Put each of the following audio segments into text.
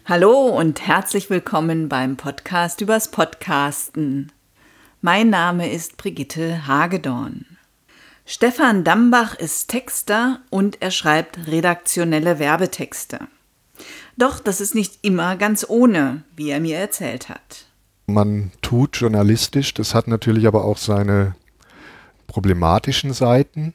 Hallo und herzlich willkommen beim Podcast übers Podcasten. Mein Name ist Brigitte Hagedorn. Stefan Dambach ist Texter und er schreibt redaktionelle Werbetexte. Doch das ist nicht immer ganz ohne, wie er mir erzählt hat. Man tut journalistisch, das hat natürlich aber auch seine problematischen Seiten,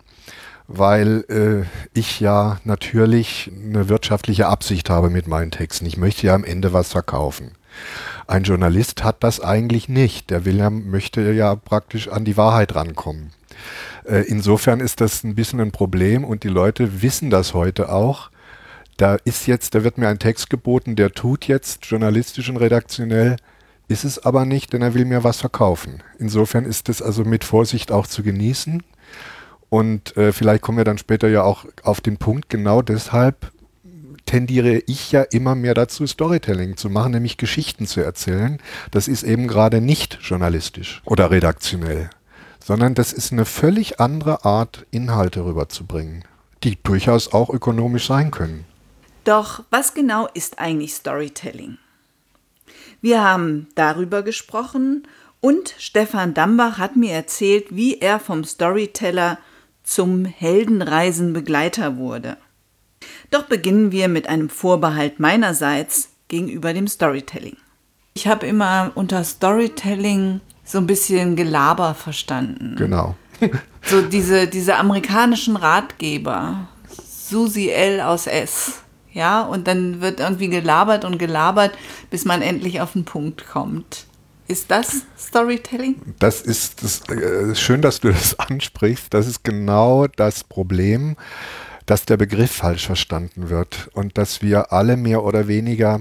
weil ich ja natürlich eine wirtschaftliche Absicht habe mit meinen Texten. Ich möchte ja am Ende was verkaufen. Ein Journalist hat das eigentlich nicht. Der möchte ja praktisch an die Wahrheit rankommen. Insofern ist das ein bisschen ein Problem und die Leute wissen das heute auch. Da wird mir ein Text geboten, der tut jetzt journalistisch und redaktionell, ist es aber nicht, denn er will mir was verkaufen. Insofern ist es also mit Vorsicht auch zu genießen. Und vielleicht kommen wir dann später ja auch auf den Punkt, genau deshalb tendiere ich ja immer mehr dazu, Storytelling zu machen, nämlich Geschichten zu erzählen. Das ist eben gerade nicht journalistisch oder redaktionell, sondern das ist eine völlig andere Art, Inhalte rüberzubringen, die durchaus auch ökonomisch sein können. Doch was genau ist eigentlich Storytelling? Wir haben darüber gesprochen und Stefan Dambach hat mir erzählt, wie er vom Storyteller zum Heldenreisenbegleiter wurde. Doch beginnen wir mit einem Vorbehalt meinerseits gegenüber dem Storytelling. Ich habe immer unter Storytelling so ein bisschen Gelaber verstanden. Genau. So diese amerikanischen Ratgeber, Susi L. aus S. Ja, und dann wird irgendwie gelabert, bis man endlich auf den Punkt kommt. Ist das Storytelling? Das ist schön, dass du das ansprichst. Das ist genau das Problem, dass der Begriff falsch verstanden wird und dass wir alle mehr oder weniger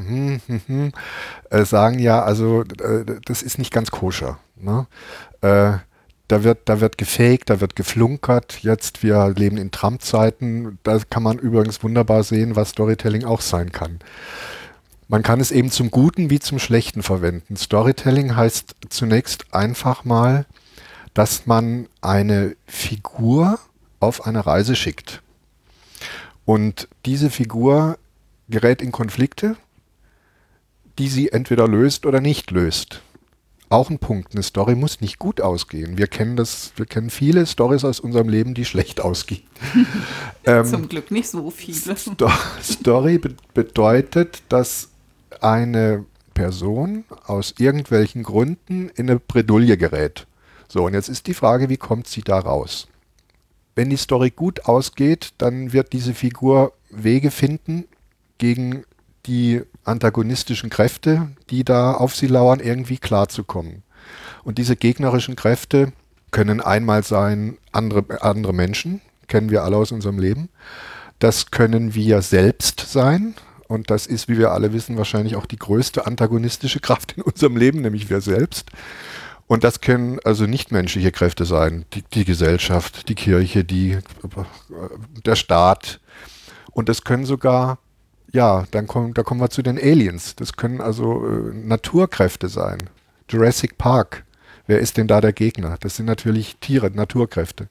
sagen, ja, also das ist nicht ganz koscher. Ne? Da wird gefaked, da wird geflunkert. Jetzt, wir leben in Trump-Zeiten. Da kann man übrigens wunderbar sehen, was Storytelling auch sein kann. Man kann es eben zum Guten wie zum Schlechten verwenden. Storytelling heißt zunächst einfach mal, dass man eine Figur auf eine Reise schickt. Und diese Figur gerät in Konflikte, die sie entweder löst oder nicht löst. Auch ein Punkt, eine Story muss nicht gut ausgehen. Wir kennen viele Storys aus unserem Leben, die schlecht ausgehen. Zum Glück nicht so viele. Story bedeutet, dass eine Person aus irgendwelchen Gründen in eine Bredouille gerät. So, und jetzt ist die Frage, wie kommt sie da raus? Wenn die Story gut ausgeht, dann wird diese Figur Wege finden, gegen die antagonistischen Kräfte, die da auf sie lauern, irgendwie klarzukommen. Und diese gegnerischen Kräfte können einmal sein, andere Menschen, kennen wir alle aus unserem Leben. Das können wir selbst sein. Und das ist, wie wir alle wissen, wahrscheinlich auch die größte antagonistische Kraft in unserem Leben, nämlich wir selbst. Und das können also nichtmenschliche Kräfte sein, die Gesellschaft, die Kirche, der Staat. Und das können sogar, ja, da kommen wir zu den Aliens. Das können also Naturkräfte sein. Jurassic Park, wer ist denn da der Gegner? Das sind natürlich Tiere, Naturkräfte.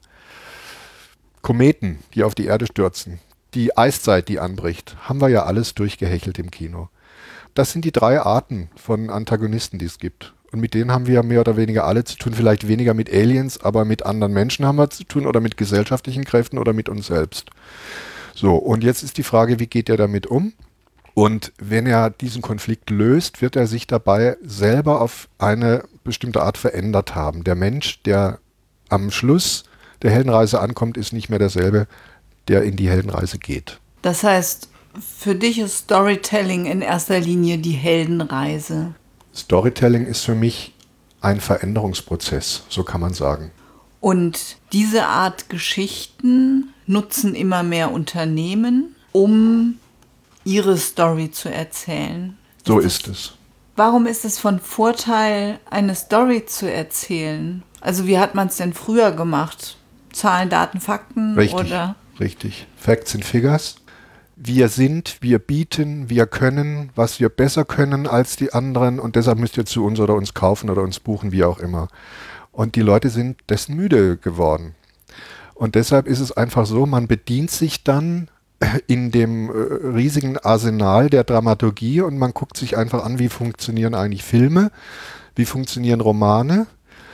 Kometen, die auf die Erde stürzen. Die Eiszeit, die anbricht, haben wir ja alles durchgehechelt im Kino. Das sind die 3 Arten von Antagonisten, die es gibt. Und mit denen haben wir ja mehr oder weniger alle zu tun. Vielleicht weniger mit Aliens, aber mit anderen Menschen haben wir zu tun oder mit gesellschaftlichen Kräften oder mit uns selbst. So, und jetzt ist die Frage, wie geht er damit um? Und wenn er diesen Konflikt löst, wird er sich dabei selber auf eine bestimmte Art verändert haben. Der Mensch, der am Schluss der Heldenreise ankommt, ist nicht mehr derselbe, der in die Heldenreise geht. Das heißt, für dich ist Storytelling in erster Linie die Heldenreise. Storytelling ist für mich ein Veränderungsprozess, so kann man sagen. Und diese Art Geschichten nutzen immer mehr Unternehmen, um ihre Story zu erzählen. So ist es. Warum ist es von Vorteil, eine Story zu erzählen? Also wie hat man es denn früher gemacht? Zahlen, Daten, Fakten? Richtig. Facts and Figures. Wir bieten, wir können, was wir besser können als die anderen und deshalb müsst ihr zu uns oder uns kaufen oder uns buchen, wie auch immer. Und die Leute sind dessen müde geworden. Und deshalb ist es einfach so, man bedient sich dann in dem riesigen Arsenal der Dramaturgie und man guckt sich einfach an, wie funktionieren eigentlich Filme, wie funktionieren Romane.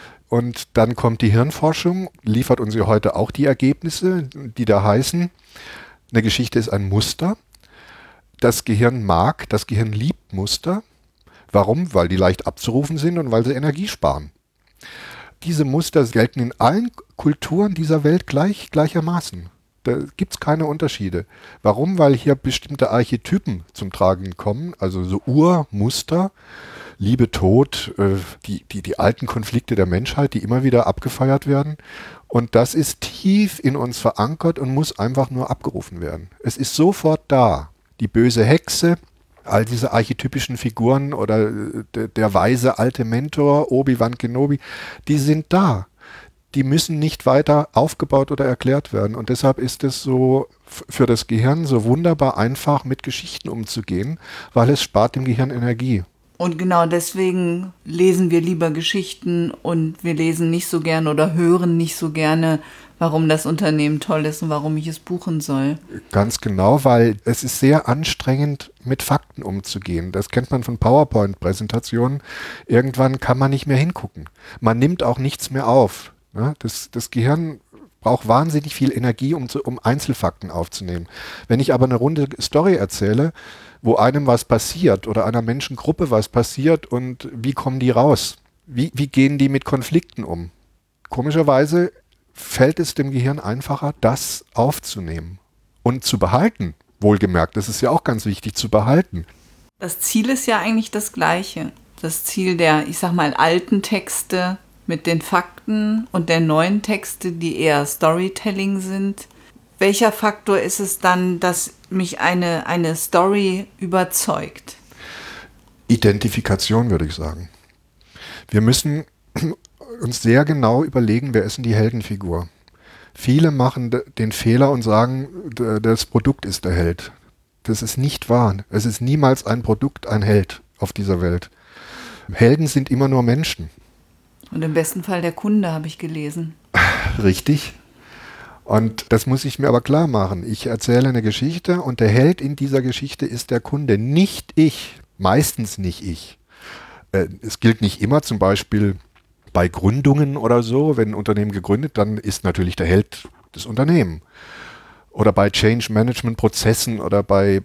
Und dann kommt die Hirnforschung, liefert uns ja heute auch die Ergebnisse, die da heißen, eine Geschichte ist ein Muster. Das Gehirn liebt Muster. Warum? Weil die leicht abzurufen sind und weil sie Energie sparen. Diese Muster gelten in allen Kulturen dieser Welt gleichermaßen. Da gibt es keine Unterschiede. Warum? Weil hier bestimmte Archetypen zum Tragen kommen, also so Urmuster, Liebe, Tod, die alten Konflikte der Menschheit, die immer wieder abgefeiert werden. Und das ist tief in uns verankert und muss einfach nur abgerufen werden. Es ist sofort da. Die böse Hexe, all diese archetypischen Figuren oder der weise alte Mentor, Obi-Wan Kenobi, die sind da. Die müssen nicht weiter aufgebaut oder erklärt werden. Und deshalb ist es so für das Gehirn so wunderbar einfach, mit Geschichten umzugehen, weil es spart dem Gehirn Energie. Und genau deswegen lesen wir lieber Geschichten und wir lesen nicht so gerne oder hören nicht so gerne, warum das Unternehmen toll ist und warum ich es buchen soll. Ganz genau, weil es ist sehr anstrengend, mit Fakten umzugehen. Das kennt man von PowerPoint-Präsentationen. Irgendwann kann man nicht mehr hingucken. Man nimmt auch nichts mehr auf. Das Gehirn braucht wahnsinnig viel Energie, um Einzelfakten aufzunehmen. Wenn ich aber eine runde Story erzähle, wo einem was passiert oder einer Menschengruppe was passiert und wie kommen die raus? Wie gehen die mit Konflikten um? Komischerweise fällt es dem Gehirn einfacher, das aufzunehmen und zu behalten. Wohlgemerkt, das ist ja auch ganz wichtig, zu behalten. Das Ziel ist ja eigentlich das gleiche. Das Ziel der, ich sag mal, alten Texte mit den Fakten und der neuen Texte, die eher Storytelling sind. Welcher Faktor ist es dann, dass mich eine Story überzeugt? Identifikation, würde ich sagen. Wir müssen uns sehr genau überlegen, wer ist denn die Heldenfigur. Viele machen den Fehler und sagen, das Produkt ist der Held. Das ist nicht wahr. Es ist niemals ein Produkt, ein Held auf dieser Welt. Helden sind immer nur Menschen. Und im besten Fall der Kunde, habe ich gelesen. Richtig. Und das muss ich mir aber klar machen. Ich erzähle eine Geschichte und der Held in dieser Geschichte ist der Kunde, nicht ich. Meistens nicht ich. Es gilt nicht immer, zum Beispiel bei Gründungen oder so, wenn ein Unternehmen gegründet, dann ist natürlich der Held das Unternehmen. Oder bei Change-Management-Prozessen oder bei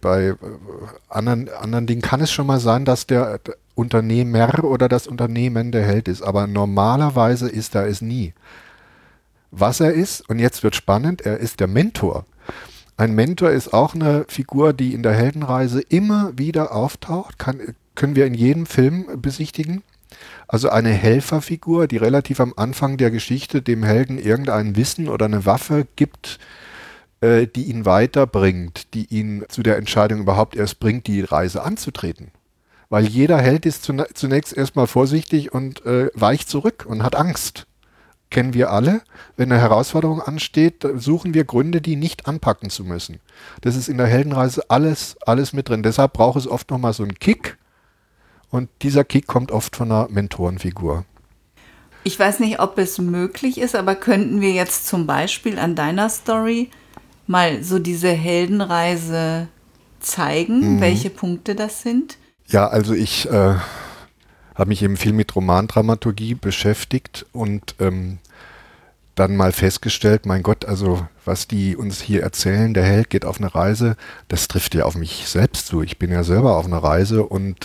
anderen Dingen kann es schon mal sein, dass der Unternehmer oder das Unternehmen der Held ist. Aber normalerweise ist er es nie. Was er ist, und jetzt wird spannend, er ist der Mentor. Ein Mentor ist auch eine Figur, die in der Heldenreise immer wieder auftaucht, können wir in jedem Film besichtigen. Also eine Helferfigur, die relativ am Anfang der Geschichte dem Helden irgendein Wissen oder eine Waffe gibt, die ihn weiterbringt, die ihn zu der Entscheidung überhaupt erst bringt, die Reise anzutreten. Weil jeder Held ist zunächst erstmal vorsichtig und weicht zurück und hat Angst. Kennen wir alle. Wenn eine Herausforderung ansteht, suchen wir Gründe, die nicht anpacken zu müssen. Das ist in der Heldenreise alles mit drin. Deshalb braucht es oft nochmal so einen Kick. Und dieser Kick kommt oft von einer Mentorenfigur. Ich weiß nicht, ob es möglich ist, aber könnten wir jetzt zum Beispiel an deiner Story mal so diese Heldenreise zeigen, welche Punkte das sind? Ja, also ich habe mich eben viel mit Romandramaturgie beschäftigt und dann mal festgestellt, mein Gott, also was die uns hier erzählen, der Held geht auf eine Reise, das trifft ja auf mich selbst zu. Ich bin ja selber auf einer Reise und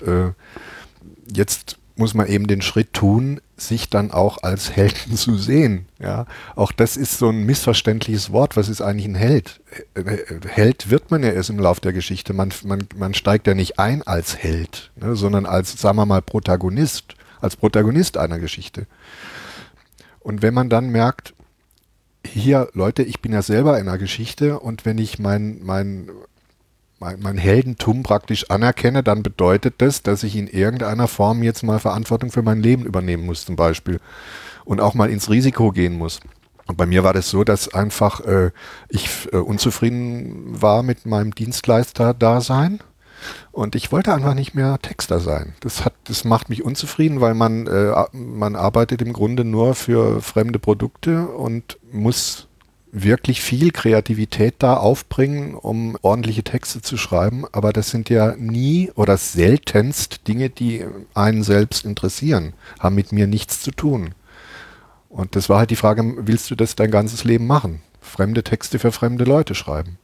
jetzt muss man eben den Schritt tun, sich dann auch als Helden zu sehen. Ja? Auch das ist so ein missverständliches Wort. Was ist eigentlich ein Held? Held wird man ja erst im Lauf der Geschichte. Man steigt ja nicht ein als Held, ne, sondern als, sagen wir mal, Protagonist, als Protagonist einer Geschichte. Und wenn man dann merkt, hier, Leute, ich bin ja selber in einer Geschichte und wenn ich mein Heldentum praktisch anerkenne, dann bedeutet das, dass ich in irgendeiner Form jetzt mal Verantwortung für mein Leben übernehmen muss zum Beispiel und auch mal ins Risiko gehen muss. Und bei mir war das so, dass einfach ich unzufrieden war mit meinem Dienstleister-Dasein und ich wollte einfach nicht mehr Texter sein. Das macht mich unzufrieden, weil man arbeitet im Grunde nur für fremde Produkte und muss wirklich viel Kreativität da aufbringen, um ordentliche Texte zu schreiben, aber das sind ja nie oder seltenst Dinge, die einen selbst interessieren, haben mit mir nichts zu tun. Und das war halt die Frage, willst du das dein ganzes Leben machen? Fremde Texte für fremde Leute schreiben.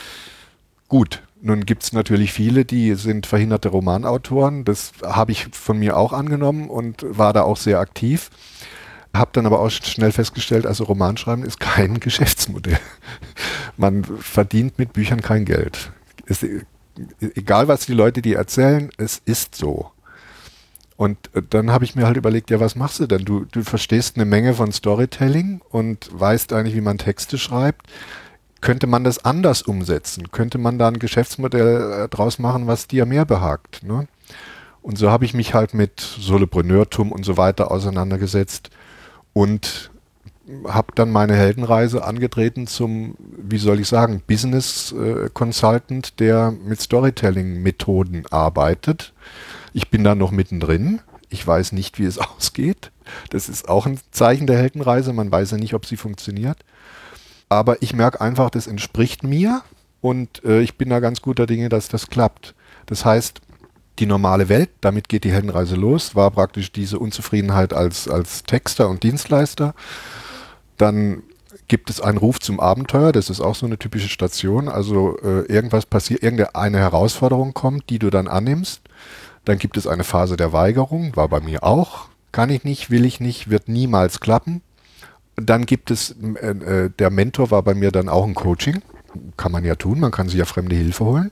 Gut, nun gibt es natürlich viele, die sind verhinderte Romanautoren. Das habe ich von mir auch angenommen und war da auch sehr aktiv. Habe dann aber auch schnell festgestellt, also Romanschreiben ist kein Geschäftsmodell. Man verdient mit Büchern kein Geld. Egal, was die Leute dir erzählen, es ist so. Und dann habe ich mir halt überlegt, ja, was machst du denn? Du verstehst eine Menge von Storytelling und weißt eigentlich, wie man Texte schreibt. Könnte man das anders umsetzen? Könnte man da ein Geschäftsmodell draus machen, was dir mehr behagt? Ne? Und so habe ich mich halt mit Solopreneurtum und so weiter auseinandergesetzt und habe dann meine Heldenreise angetreten zum, wie soll ich sagen, Business Consultant, der mit Storytelling-Methoden arbeitet. Ich bin da noch mittendrin. Ich weiß nicht, wie es ausgeht. Das ist auch ein Zeichen der Heldenreise. Man weiß ja nicht, ob sie funktioniert. Aber ich merke einfach, das entspricht mir und ich bin da ganz guter Dinge, dass das klappt. Das heißt, die normale Welt, damit geht die Heldenreise los, war praktisch diese Unzufriedenheit als Texter und Dienstleister. Dann gibt es einen Ruf zum Abenteuer, das ist auch so eine typische Station. Also irgendwas passiert, irgendeine Herausforderung kommt, die du dann annimmst. Dann gibt es eine Phase der Weigerung, war bei mir auch. Kann ich nicht, will ich nicht, wird niemals klappen. Dann gibt es, der Mentor war bei mir dann auch ein Coaching. Kann man ja tun, man kann sich ja fremde Hilfe holen.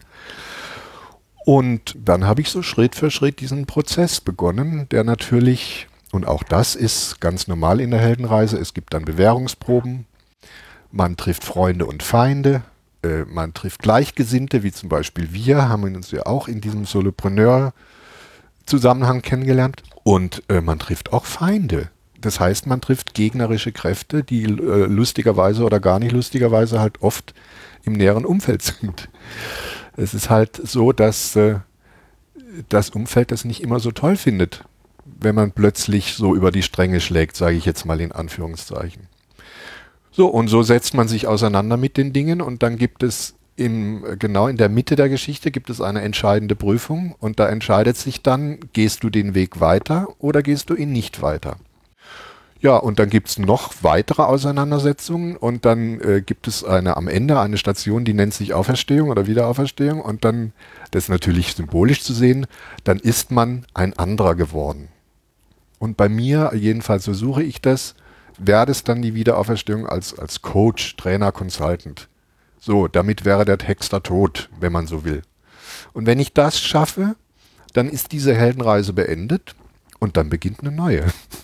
Und dann habe ich so Schritt für Schritt diesen Prozess begonnen, der natürlich, und auch das ist ganz normal in der Heldenreise, es gibt dann Bewährungsproben, man trifft Freunde und Feinde, man trifft Gleichgesinnte, wie zum Beispiel wir, haben uns ja auch in diesem Solopreneur-Zusammenhang kennengelernt. Und man trifft auch Feinde. Das heißt, man trifft gegnerische Kräfte, die lustigerweise oder gar nicht lustigerweise halt oft im näheren Umfeld sind. Es ist halt so, dass das Umfeld das nicht immer so toll findet, wenn man plötzlich so über die Stränge schlägt, sage ich jetzt mal in Anführungszeichen. So, und so setzt man sich auseinander mit den Dingen und dann gibt es genau in der Mitte der Geschichte gibt es eine entscheidende Prüfung und da entscheidet sich dann, gehst du den Weg weiter oder gehst du ihn nicht weiter. Ja, und dann gibt es noch weitere Auseinandersetzungen und dann gibt es am Ende eine Station, die nennt sich Auferstehung oder Wiederauferstehung und dann, das ist natürlich symbolisch zu sehen, dann ist man ein anderer geworden. Und bei mir, jedenfalls so suche ich das, wäre das dann die Wiederauferstehung als Coach, Trainer, Consultant. So, damit wäre der Texter tot, wenn man so will. Und wenn ich das schaffe, dann ist diese Heldenreise beendet und dann beginnt eine neue.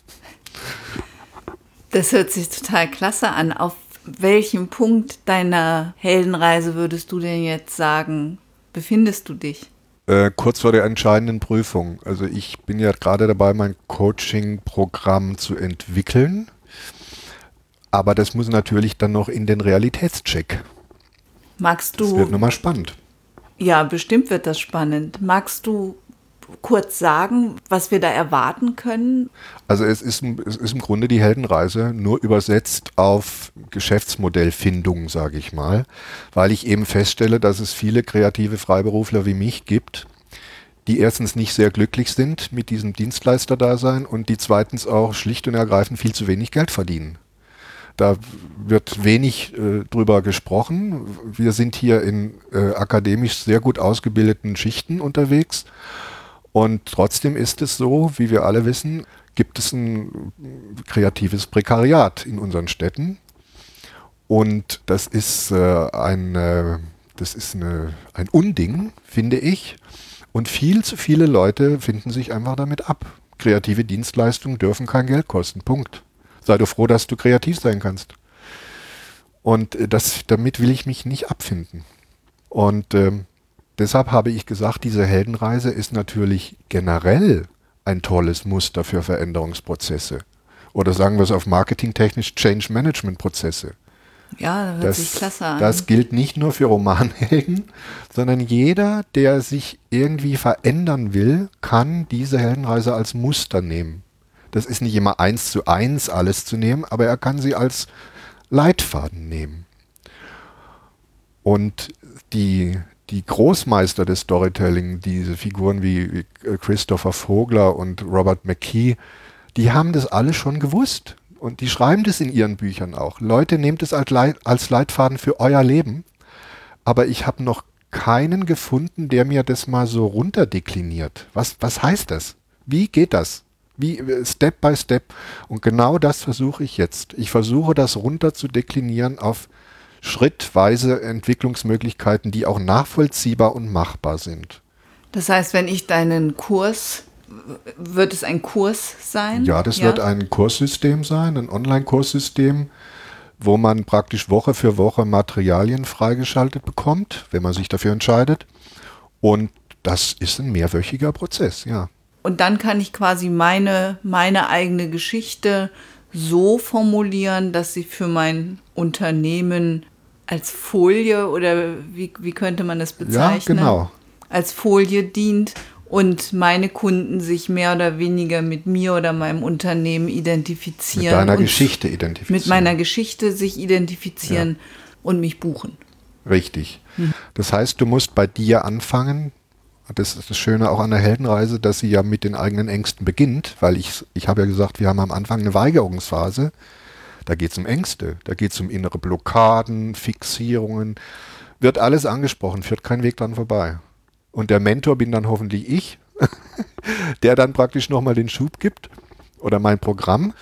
Das hört sich total klasse an. Auf welchem Punkt deiner Heldenreise würdest du denn jetzt sagen, befindest du dich? Kurz vor der entscheidenden Prüfung. Also ich bin ja gerade dabei, mein Coaching-Programm zu entwickeln. Aber das muss natürlich dann noch in den Realitätscheck. Magst du? Das wird nochmal spannend. Ja, bestimmt wird das spannend. Magst du kurz sagen, was wir da erwarten können? Also es ist im Grunde die Heldenreise, nur übersetzt auf Geschäftsmodellfindung, sage ich mal, weil ich eben feststelle, dass es viele kreative Freiberufler wie mich gibt, die erstens nicht sehr glücklich sind mit diesem Dienstleisterdasein und die zweitens auch schlicht und ergreifend viel zu wenig Geld verdienen. Da wird wenig drüber gesprochen. Wir sind hier in akademisch sehr gut ausgebildeten Schichten unterwegs. Und trotzdem ist es so, wie wir alle wissen, gibt es ein kreatives Prekariat in unseren Städten. Und das ist ein Unding, finde ich. Und viel zu viele Leute finden sich einfach damit ab. Kreative Dienstleistungen dürfen kein Geld kosten. Punkt. Sei doch froh, dass du kreativ sein kannst. Und damit will ich mich nicht abfinden. Und deshalb habe ich gesagt, diese Heldenreise ist natürlich generell ein tolles Muster für Veränderungsprozesse. Oder sagen wir es auf marketingtechnisch, Change-Management-Prozesse. Ja, das hört sich klasse an. Das gilt nicht nur für Romanhelden, sondern jeder, der sich irgendwie verändern will, kann diese Heldenreise als Muster nehmen. Das ist nicht immer 1:1 alles zu nehmen, aber er kann sie als Leitfaden nehmen. Und die Großmeister des Storytelling, diese Figuren wie Christopher Vogler und Robert McKee, die haben das alle schon gewusst. Und die schreiben das in ihren Büchern auch. Leute, nehmt es als Leitfaden für euer Leben. Aber ich habe noch keinen gefunden, der mir das mal so runterdekliniert. Was heißt das? Wie geht das? Wie Step by Step. Und genau das versuche ich jetzt. Ich versuche das runter zu deklinieren auf schrittweise Entwicklungsmöglichkeiten, die auch nachvollziehbar und machbar sind. Das heißt, wenn ich deinen Kurs, wird es ein Kurs sein? Ja, das wird ein Kurssystem sein, ein Online-Kurssystem, wo man praktisch Woche für Woche Materialien freigeschaltet bekommt, wenn man sich dafür entscheidet. Und das ist ein mehrwöchiger Prozess, ja. Und dann kann ich quasi meine eigene Geschichte so formulieren, dass sie für mein Unternehmen als Folie oder wie könnte man das bezeichnen? Ja, genau. Als Folie dient und meine Kunden sich mehr oder weniger mit mir oder meinem Unternehmen identifizieren. Mit deiner Geschichte identifizieren. Mit meiner Geschichte sich identifizieren und mich buchen. Richtig. Das heißt, du musst bei dir anfangen. Das ist das Schöne auch an der Heldenreise, dass sie ja mit den eigenen Ängsten beginnt, weil ich habe ja gesagt, wir haben am Anfang eine Weigerungsphase. Da geht es um Ängste, da geht es um innere Blockaden, Fixierungen. Wird alles angesprochen, führt kein Weg dran vorbei. Und der Mentor bin dann hoffentlich ich, der dann praktisch nochmal den Schub gibt oder mein Programm.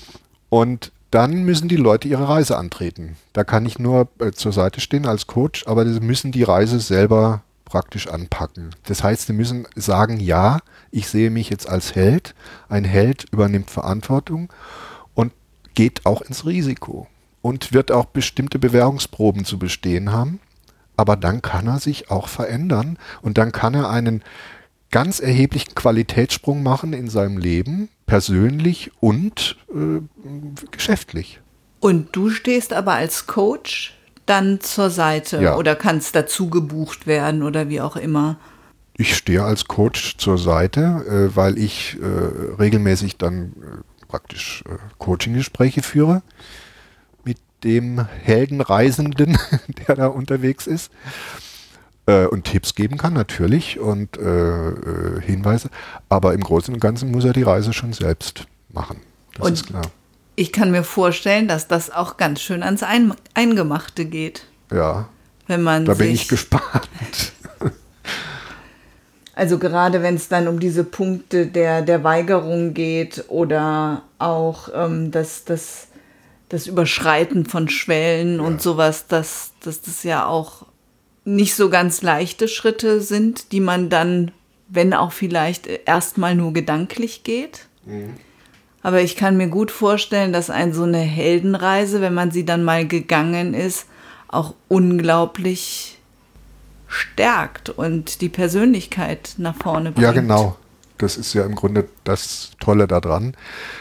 Und dann müssen die Leute ihre Reise antreten. Da kann ich nur zur Seite stehen als Coach, aber sie müssen die Reise selber praktisch anpacken. Das heißt, sie müssen sagen, ja, ich sehe mich jetzt als Held. Ein Held übernimmt Verantwortung und geht auch ins Risiko und wird auch bestimmte Bewährungsproben zu bestehen haben. Aber dann kann er sich auch verändern und dann kann er einen ganz erheblichen Qualitätssprung machen in seinem Leben, persönlich und geschäftlich. Und du stehst aber als Coach dann zur Seite oder kannst dazu gebucht werden oder wie auch immer? Ich stehe als Coach zur Seite, weil ich regelmäßig dann praktisch Coaching-Gespräche führe mit dem Heldenreisenden, der da unterwegs ist. Und Tipps geben kann natürlich und Hinweise, aber im Großen und Ganzen muss er die Reise schon selbst machen. Das ist klar. Ich kann mir vorstellen, dass das auch ganz schön ans Eingemachte geht. Ja, wenn man da bin ich gespannt. Also gerade wenn es dann um diese Punkte der Weigerung geht oder auch das Überschreiten von Schwellen und sowas, dass das ja auch nicht so ganz leichte Schritte sind, die man dann, wenn auch vielleicht erstmal nur gedanklich geht. Mhm. Aber ich kann mir gut vorstellen, dass so eine Heldenreise, wenn man sie dann mal gegangen ist, auch unglaublich stärkt und die Persönlichkeit nach vorne bringt. Ja, genau. Das ist ja im Grunde das Tolle daran.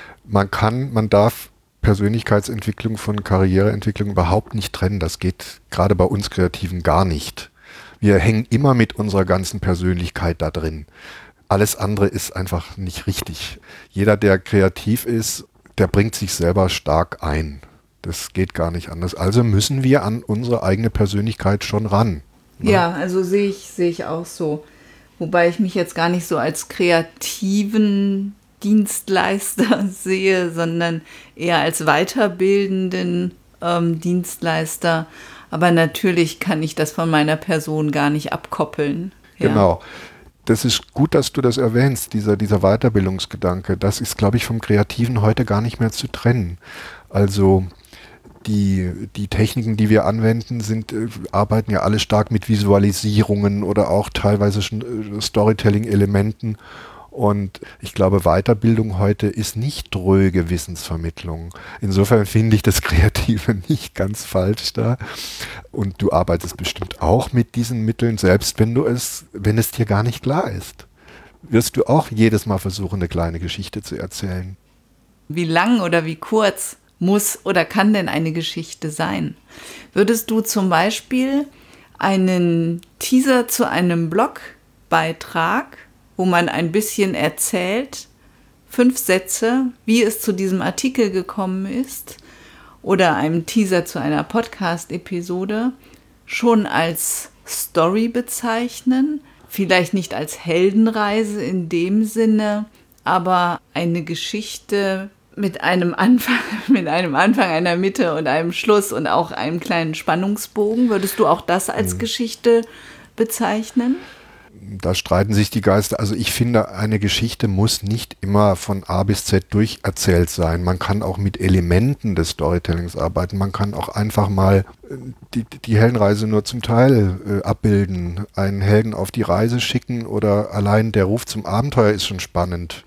Man darf Persönlichkeitsentwicklung von Karriereentwicklung überhaupt nicht trennen. Das geht gerade bei uns Kreativen gar nicht. Wir hängen immer mit unserer ganzen Persönlichkeit da drin. Alles andere ist einfach nicht richtig. Jeder, der kreativ ist, der bringt sich selber stark ein. Das geht gar nicht anders. Also müssen wir an unsere eigene Persönlichkeit schon ran. Ne? Ja, also sehe ich auch so. Wobei ich mich jetzt gar nicht so als kreativen Dienstleister sehe, sondern eher als weiterbildenden Dienstleister. Aber natürlich kann ich das von meiner Person gar nicht abkoppeln. Ja. Genau. Das ist gut, dass du das erwähnst, dieser Weiterbildungsgedanke. Das ist, glaube ich, vom Kreativen heute gar nicht mehr zu trennen. Also die Techniken, die wir anwenden, arbeiten ja alle stark mit Visualisierungen oder auch teilweise Storytelling-Elementen. Und ich glaube, Weiterbildung heute ist nicht dröge Wissensvermittlung. Insofern finde ich das Kreative nicht ganz falsch da. Und du arbeitest bestimmt auch mit diesen Mitteln, selbst wenn es dir gar nicht klar ist. Wirst du auch jedes Mal versuchen, eine kleine Geschichte zu erzählen. Wie lang oder wie kurz muss oder kann denn eine Geschichte sein? Würdest du zum Beispiel einen Teaser zu einem Blogbeitrag, wo man ein bisschen erzählt, 5 Sätze, wie es zu diesem Artikel gekommen ist oder einem Teaser zu einer Podcast-Episode schon als Story bezeichnen. Vielleicht nicht als Heldenreise in dem Sinne, aber eine Geschichte mit einem Anfang, einer Mitte und einem Schluss und auch einem kleinen Spannungsbogen. Würdest du auch das als Geschichte bezeichnen? Da streiten sich die Geister. Also ich finde, eine Geschichte muss nicht immer von A bis Z durcherzählt sein. Man kann auch mit Elementen des Storytellings arbeiten. Man kann auch einfach mal die Heldenreise nur zum Teil abbilden. Einen Helden auf die Reise schicken oder allein der Ruf zum Abenteuer ist schon spannend.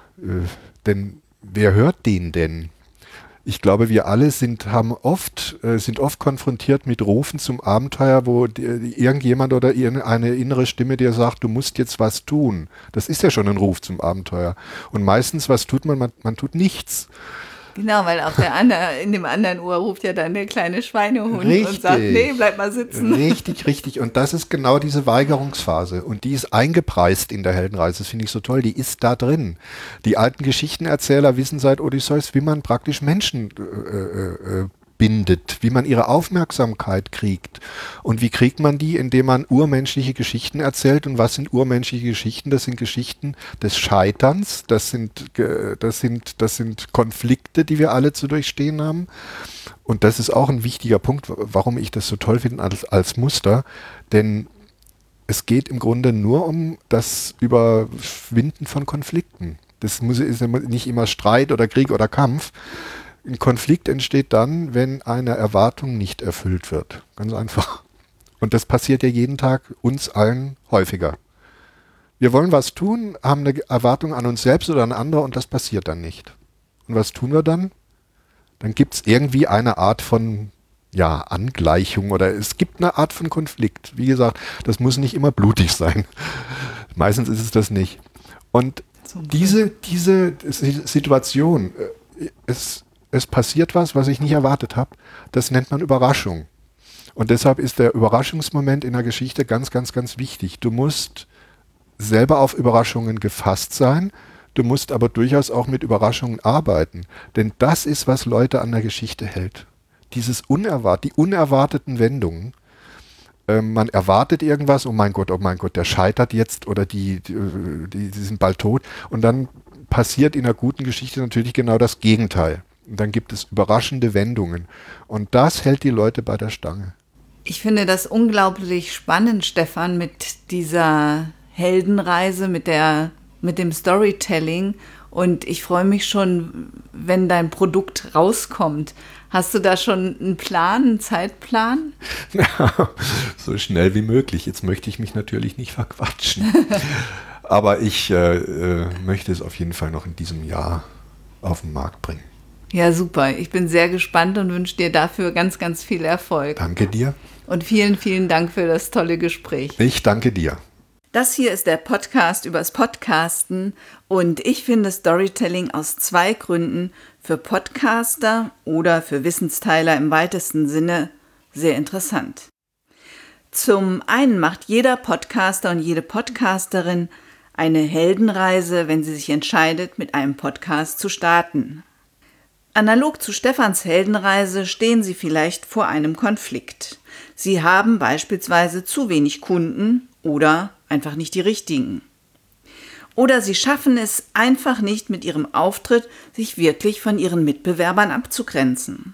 Denn wer hört den denn? Ich glaube, wir alle sind oft konfrontiert mit Rufen zum Abenteuer, wo irgendjemand oder eine innere Stimme dir sagt, du musst jetzt was tun. Das ist ja schon ein Ruf zum Abenteuer. Und meistens, was tut man? Man tut nichts. Genau, weil in dem anderen Ohr ruft ja dann der kleine Schweinehund und sagt, nee, bleib mal sitzen. Richtig. Und das ist genau diese Weigerungsphase. Und die ist eingepreist in der Heldenreise. Das finde ich so toll. Die ist da drin. Die alten Geschichtenerzähler wissen seit Odysseus, wie man praktisch Menschen bindet, wie man ihre Aufmerksamkeit kriegt. Und wie kriegt man die? Indem man urmenschliche Geschichten erzählt. Und was sind urmenschliche Geschichten? Das sind Geschichten des Scheiterns. Das sind Konflikte, die wir alle zu durchstehen haben. Und das ist auch ein wichtiger Punkt, warum ich das so toll finde als Muster. Denn es geht im Grunde nur um das Überwinden von Konflikten. Das ist nicht immer Streit oder Krieg oder Kampf. Ein Konflikt entsteht dann, wenn eine Erwartung nicht erfüllt wird. Ganz einfach. Und das passiert ja jeden Tag uns allen häufiger. Wir wollen was tun, haben eine Erwartung an uns selbst oder an andere und das passiert dann nicht. Und was tun wir dann? Dann gibt es irgendwie eine Art von Angleichung oder es gibt eine Art von Konflikt. Wie gesagt, das muss nicht immer blutig sein. Meistens ist es das nicht. Und diese Situation, es passiert was ich nicht erwartet habe. Das nennt man Überraschung. Und deshalb ist der Überraschungsmoment in der Geschichte ganz, ganz, ganz wichtig. Du musst selber auf Überraschungen gefasst sein. Du musst aber durchaus auch mit Überraschungen arbeiten. Denn das ist, was Leute an der Geschichte hält. Die unerwarteten Wendungen. Man erwartet irgendwas, oh mein Gott, der scheitert jetzt oder die sind bald tot. Und dann passiert in einer guten Geschichte natürlich genau das Gegenteil. Und dann gibt es überraschende Wendungen. Und das hält die Leute bei der Stange. Ich finde das unglaublich spannend, Stefan, mit dieser Heldenreise, mit dem Storytelling. Und ich freue mich schon, wenn dein Produkt rauskommt. Hast du da schon einen Zeitplan? Ja, so schnell wie möglich. Jetzt möchte ich mich natürlich nicht verquatschen. Aber ich möchte es auf jeden Fall noch in diesem Jahr auf den Markt bringen. Ja, super. Ich bin sehr gespannt und wünsche dir dafür ganz, ganz viel Erfolg. Danke dir. Und vielen, vielen Dank für das tolle Gespräch. Ich danke dir. Das hier ist der Podcast übers Podcasten und ich finde Storytelling aus 2 Gründen für Podcaster oder für Wissensteiler im weitesten Sinne sehr interessant. Zum einen macht jeder Podcaster und jede Podcasterin eine Heldenreise, wenn sie sich entscheidet, mit einem Podcast zu starten. Analog zu Stefans Heldenreise stehen Sie vielleicht vor einem Konflikt. Sie haben beispielsweise zu wenig Kunden oder einfach nicht die richtigen. Oder Sie schaffen es einfach nicht mit Ihrem Auftritt, sich wirklich von Ihren Mitbewerbern abzugrenzen.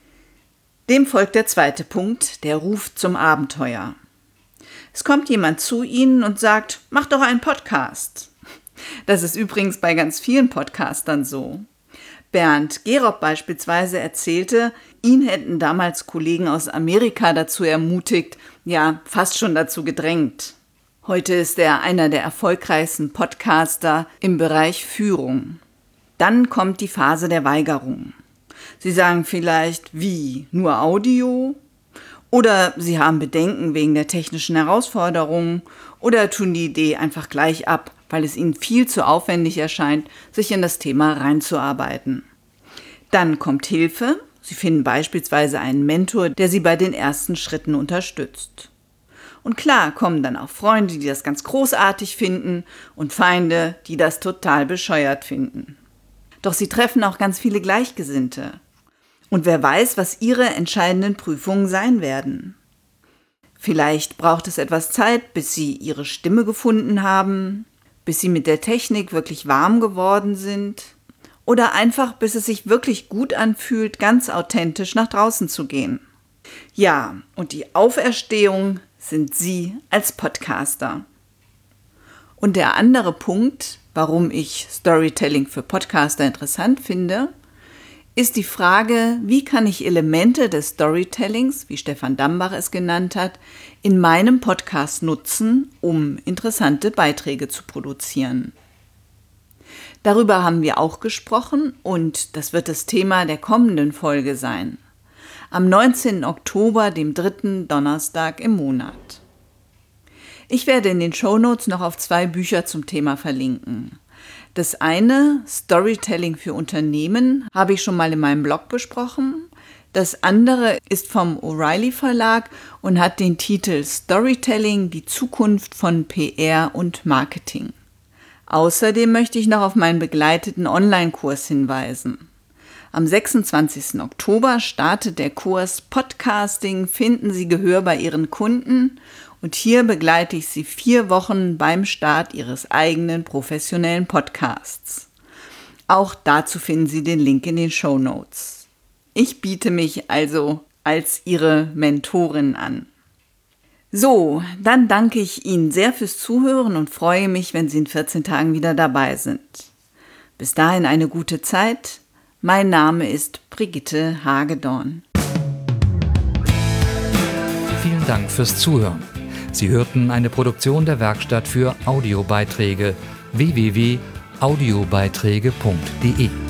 Dem folgt der 2. Punkt, der Ruf zum Abenteuer. Es kommt jemand zu Ihnen und sagt, mach doch einen Podcast. Das ist übrigens bei ganz vielen Podcastern so. Bernd Gerob beispielsweise erzählte, ihn hätten damals Kollegen aus Amerika dazu ermutigt, ja, fast schon dazu gedrängt. Heute ist er einer der erfolgreichsten Podcaster im Bereich Führung. Dann kommt die Phase der Weigerung. Sie sagen vielleicht, wie, nur Audio? Oder Sie haben Bedenken wegen der technischen Herausforderungen oder tun die Idee einfach gleich ab, weil es Ihnen viel zu aufwendig erscheint, sich in das Thema reinzuarbeiten. Dann kommt Hilfe. Sie finden beispielsweise einen Mentor, der Sie bei den ersten Schritten unterstützt. Und klar kommen dann auch Freunde, die das ganz großartig finden und Feinde, die das total bescheuert finden. Doch Sie treffen auch ganz viele Gleichgesinnte. Und wer weiß, was Ihre entscheidenden Prüfungen sein werden. Vielleicht braucht es etwas Zeit, bis Sie Ihre Stimme gefunden haben, bis Sie mit der Technik wirklich warm geworden sind oder einfach, bis es sich wirklich gut anfühlt, ganz authentisch nach draußen zu gehen. Ja, und die Auferstehung sind Sie als Podcaster. Und der andere Punkt, warum ich Storytelling für Podcaster interessant finde, ist die Frage, wie kann ich Elemente des Storytellings, wie Stefan Dambach es genannt hat, in meinem Podcast nutzen, um interessante Beiträge zu produzieren. Darüber haben wir auch gesprochen und das wird das Thema der kommenden Folge sein. Am 19. Oktober, dem 3. Donnerstag im Monat. Ich werde in den Shownotes noch auf 2 Bücher zum Thema verlinken. Das eine, Storytelling für Unternehmen, habe ich schon mal in meinem Blog besprochen. Das andere ist vom O'Reilly Verlag und hat den Titel Storytelling, die Zukunft von PR und Marketing. Außerdem möchte ich noch auf meinen begleiteten Online-Kurs hinweisen. Am 26. Oktober startet der Kurs Podcasting, finden Sie Gehör bei Ihren Kunden und hier begleite ich Sie 4 Wochen beim Start Ihres eigenen professionellen Podcasts. Auch dazu finden Sie den Link in den Shownotes. Ich biete mich also als Ihre Mentorin an. So, dann danke ich Ihnen sehr fürs Zuhören und freue mich, wenn Sie in 14 Tagen wieder dabei sind. Bis dahin eine gute Zeit. Mein Name ist Brigitte Hagedorn. Vielen Dank fürs Zuhören. Sie hörten eine Produktion der Werkstatt für Audiobeiträge www.audiobeiträge.de